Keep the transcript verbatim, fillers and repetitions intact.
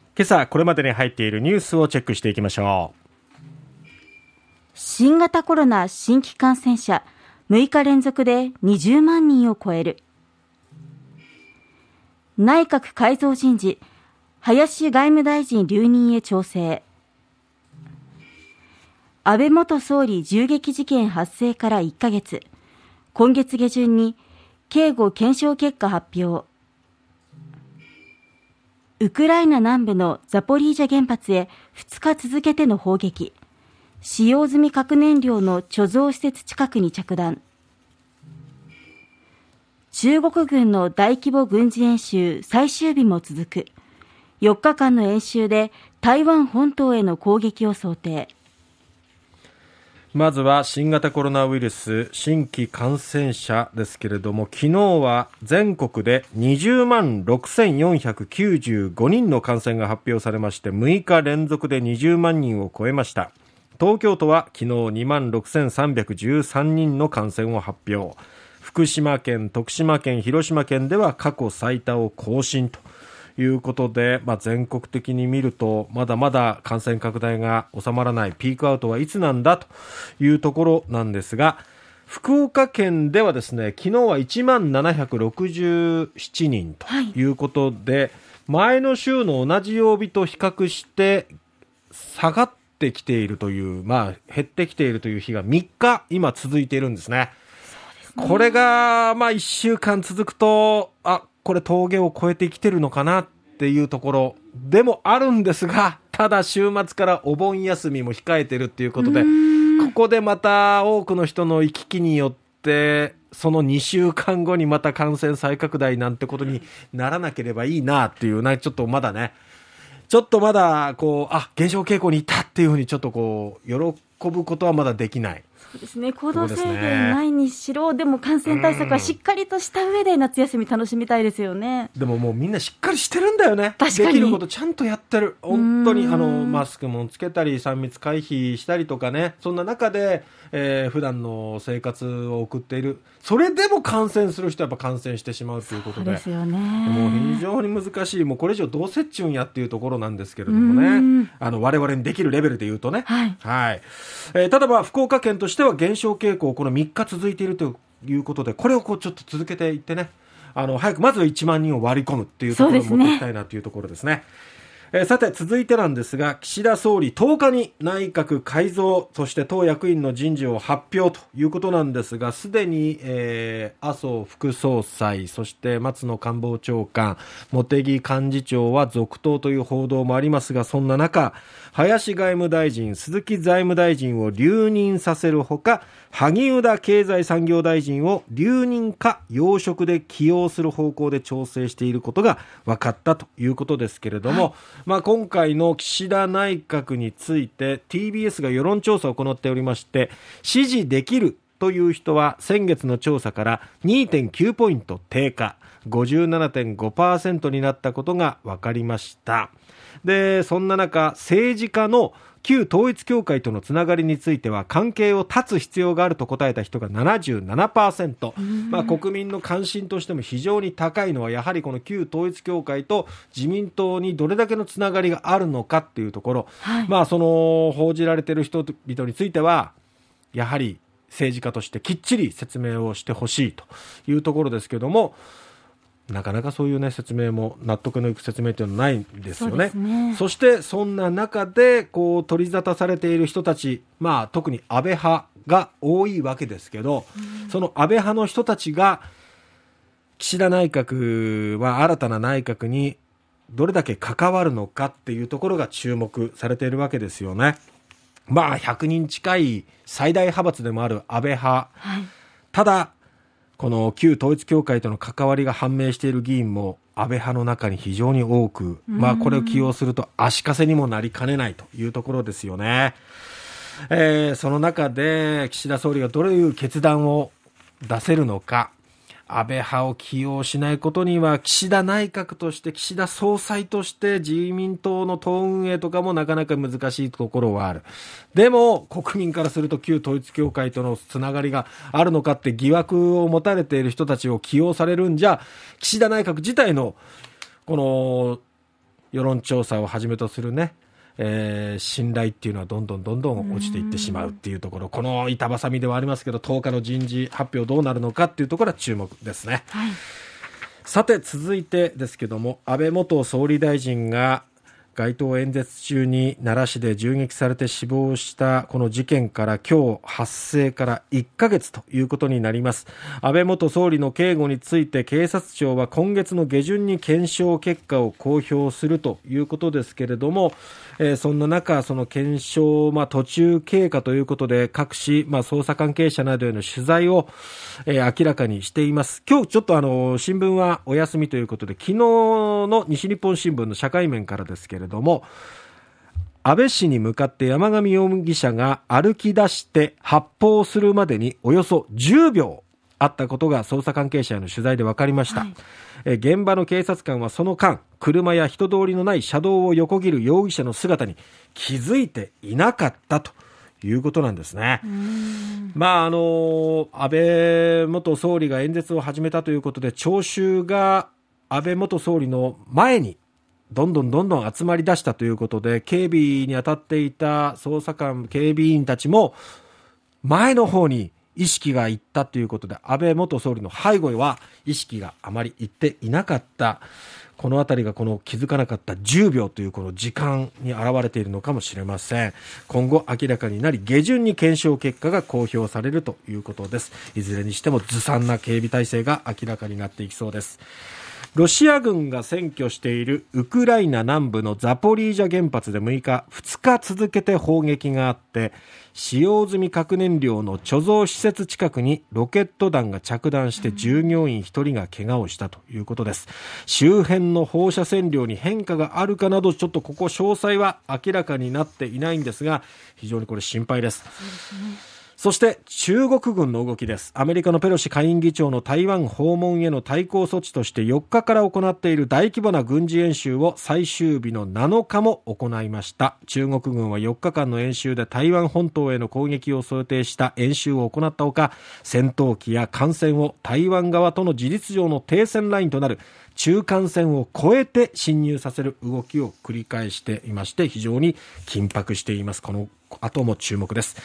今朝これまでに入っているニュースをチェックしていきましょう。 新型コロナ新規感染者むいか連続でにじゅうまんにんを超える。内閣改造人事、林外務大臣留任へ調整。安倍元総理銃撃事件発生からいっかげつ、今月下旬に警護検証結果発表。ウクライナ南部のザポリージャ原発へふつか続けての砲撃。使用済み核燃料の貯蔵施設近くに着弾。中国軍の大規模軍事演習最終日も続く。よっかかんの演習で台湾本島への攻撃を想定。 まずは新型コロナウイルス新規感染者ですけれども、昨日は全国でにじゅうまんろくせんよんひゃくきゅうじゅうごにんの感染が発表されまして、むいか連続でにじゅうまんにんを超えました。東京都は昨日にまんろくせんさんびゃくじゅうさんにんの感染を発表。福島県、徳島県、広島県では過去最多を更新ということで、まあ、全国的に見るとまだまだ感染拡大が収まらない。ピークアウトはいつなんだというところなんですが、福岡県ではですね、昨日はいちまんななひゃくろくじゅうななにんということで、はい、前の週の同じ曜日と比較して下がってきているという、まあ、減ってきているという日がみっか今続いているんですね。そうですね。これがまあいっしゅうかん続くと、あ、これ峠を越えてきてるのかなっていうところでもあるんですが、ただ週末からお盆休みも控えてるっていうことで、ここでまた多くの人の行き来によってそのにしゅうかんごにまた感染再拡大なんてことにならなければいいなっていうな、ちょっとまだね、ちょっとまだこう、あ、減少傾向にいたっていうふうにちょっとこう喜ぶことはまだできない。 そうですね、行動制限ないにしろ、でも感染対策はしっかりとした上で夏休み楽しみたいですよね。 でももうみんなしっかりしてるんだよね。 確かにできることちゃんとやってる。本当にあのマスクもつけたりさん密回避したりとかね、そんな中で、えー、普段の生活を送っている。それでも感染する人はやっぱ感染してしまうということで、 そうですよね。 もう非常に難しい。もうこれ以上どうせっちゅうんやっていうところなんですけれどもね、あの我々にできるレベルで言うとね、 はい、 はい、えー、ただまあ福岡県としては減少傾向このみっか続いているということで、これをこうちょっと続けていってね、あの早くまずはいちまんにんを割り込むっていうところを持っていきたいなというところですね。えー、さて続いてなんですが、岸田総理とおかに内閣改造、そして党役員の人事を発表ということなんですが、すでに、えー、麻生副総裁、そして松野官房長官、茂木幹事長は続投という報道もありますが、そんな中林外務大臣、鈴木財務大臣を留任させるほか、萩生田経済産業大臣を留任か要職で起用する方向で調整していることが分かったということですけれども、はい、まあ、今回の岸田内閣について ティービーエス が世論調査を行っておりまして、支持できるという人は先月の調査から にてんきゅう ポイント低下、 ごじゅうななてんごパーセント になったことが分かりました。でそんな中、政治家の旧統一教会とのつながりについては関係を断つ必要があると答えた人が ななじゅうななパーセント、まあ、国民の関心としても非常に高いのはやはりこの旧統一教会と自民党にどれだけのつながりがあるのかっていうところ、はい、まあ、その報じられている人々についてはやはり政治家としてきっちり説明をしてほしいというところですけども、なかなかそういう、ね、説明も納得のいく説明というのはないんですよ ね, そ, ねそしてそんな中でこう取り沙汰されている人たち、まあ、特に安倍派が多いわけですけど、うん、その安倍派の人たちが岸田内閣は新たな内閣にどれだけ関わるのかっていうところが注目されているわけですよね。まあ、ひゃくにん近い最大派閥でもある安倍派、はい、ただこの旧統一教会との関わりが判明している議員も安倍派の中に非常に多く、まあ、これを起用すると足かせにもなりかねないというところですよね。えー、その中で岸田総理がどういう決断を出せるのか。安倍派を起用しないことには岸田内閣として岸田総裁として自民党の党運営とかもなかなか難しいところはある。でも国民からすると旧統一教会とのつながりがあるのかって疑惑を持たれている人たちを起用されるんじゃ岸田内閣自体のこの世論調査をはじめとするね、えー、信頼っていうのはどんどんどんどん落ちていってしまうっていうところ、この板挟みではありますけど、とおかの人事発表どうなるのかっていうところは注目ですね、 はい、 さて続いてですけども、安倍元総理大臣が街頭演説中に奈良市で銃撃されて死亡したこの事件から今日発生からいっかげつということになります。安倍元総理の警護について警察庁は今月の下旬に検証結果を公表するということですけれども、えー、そんな中その検証、まあ、途中経過ということで各紙、まあ、捜査関係者などへの取材を、えー、明らかにしています。今日ちょっとあの新聞はお休みということで、昨日の西日本新聞の社会面からですけれども、安倍氏に向かって山上容疑者が歩き出して発砲するまでにおよそじゅうびょうあったことが捜査関係者への取材で分かりました、はい、え現場の警察官はその間車や人通りのない車道を横切る容疑者の姿に気づいていなかったということなんですね。まああの安倍元総理が演説を始めたということで、聴衆が安倍元総理の前にどんどんどんどん集まり出したということで、警備に当たっていた捜査官、警備員たちも前の方に意識がいったということで、安倍元総理の背後へは意識があまりいっていなかった。このあたりがこの気づかなかったじゅうびょうというこの時間に現れているのかもしれません。今後明らかになり、下旬に検証結果が公表されるということです。いずれにしてもずさんな警備体制が明らかになっていきそうです。ロシア軍が占拠しているウクライナ南部のザポリージャ原発でむいか、ふつか続けて砲撃があって、使用済み核燃料の貯蔵施設近くにロケット弾が着弾して従業員ひとりが怪我をしたということです。周辺の放射線量に変化があるかなど、ちょっとここ詳細は明らかになっていないんですが、非常にこれ心配です。そうですね。そして中国軍の動きです。アメリカのペロシ下院議長の台湾訪問への対抗措置としてよっかから行っている大規模な軍事演習を最終日のなのかも行いました。中国軍はよっかかんの演習で台湾本島への攻撃を想定した演習を行ったほか、戦闘機や艦船を台湾側との事実上の停戦ラインとなる中間線を越えて侵入させる動きを繰り返していまして、非常に緊迫しています。この後も注目です。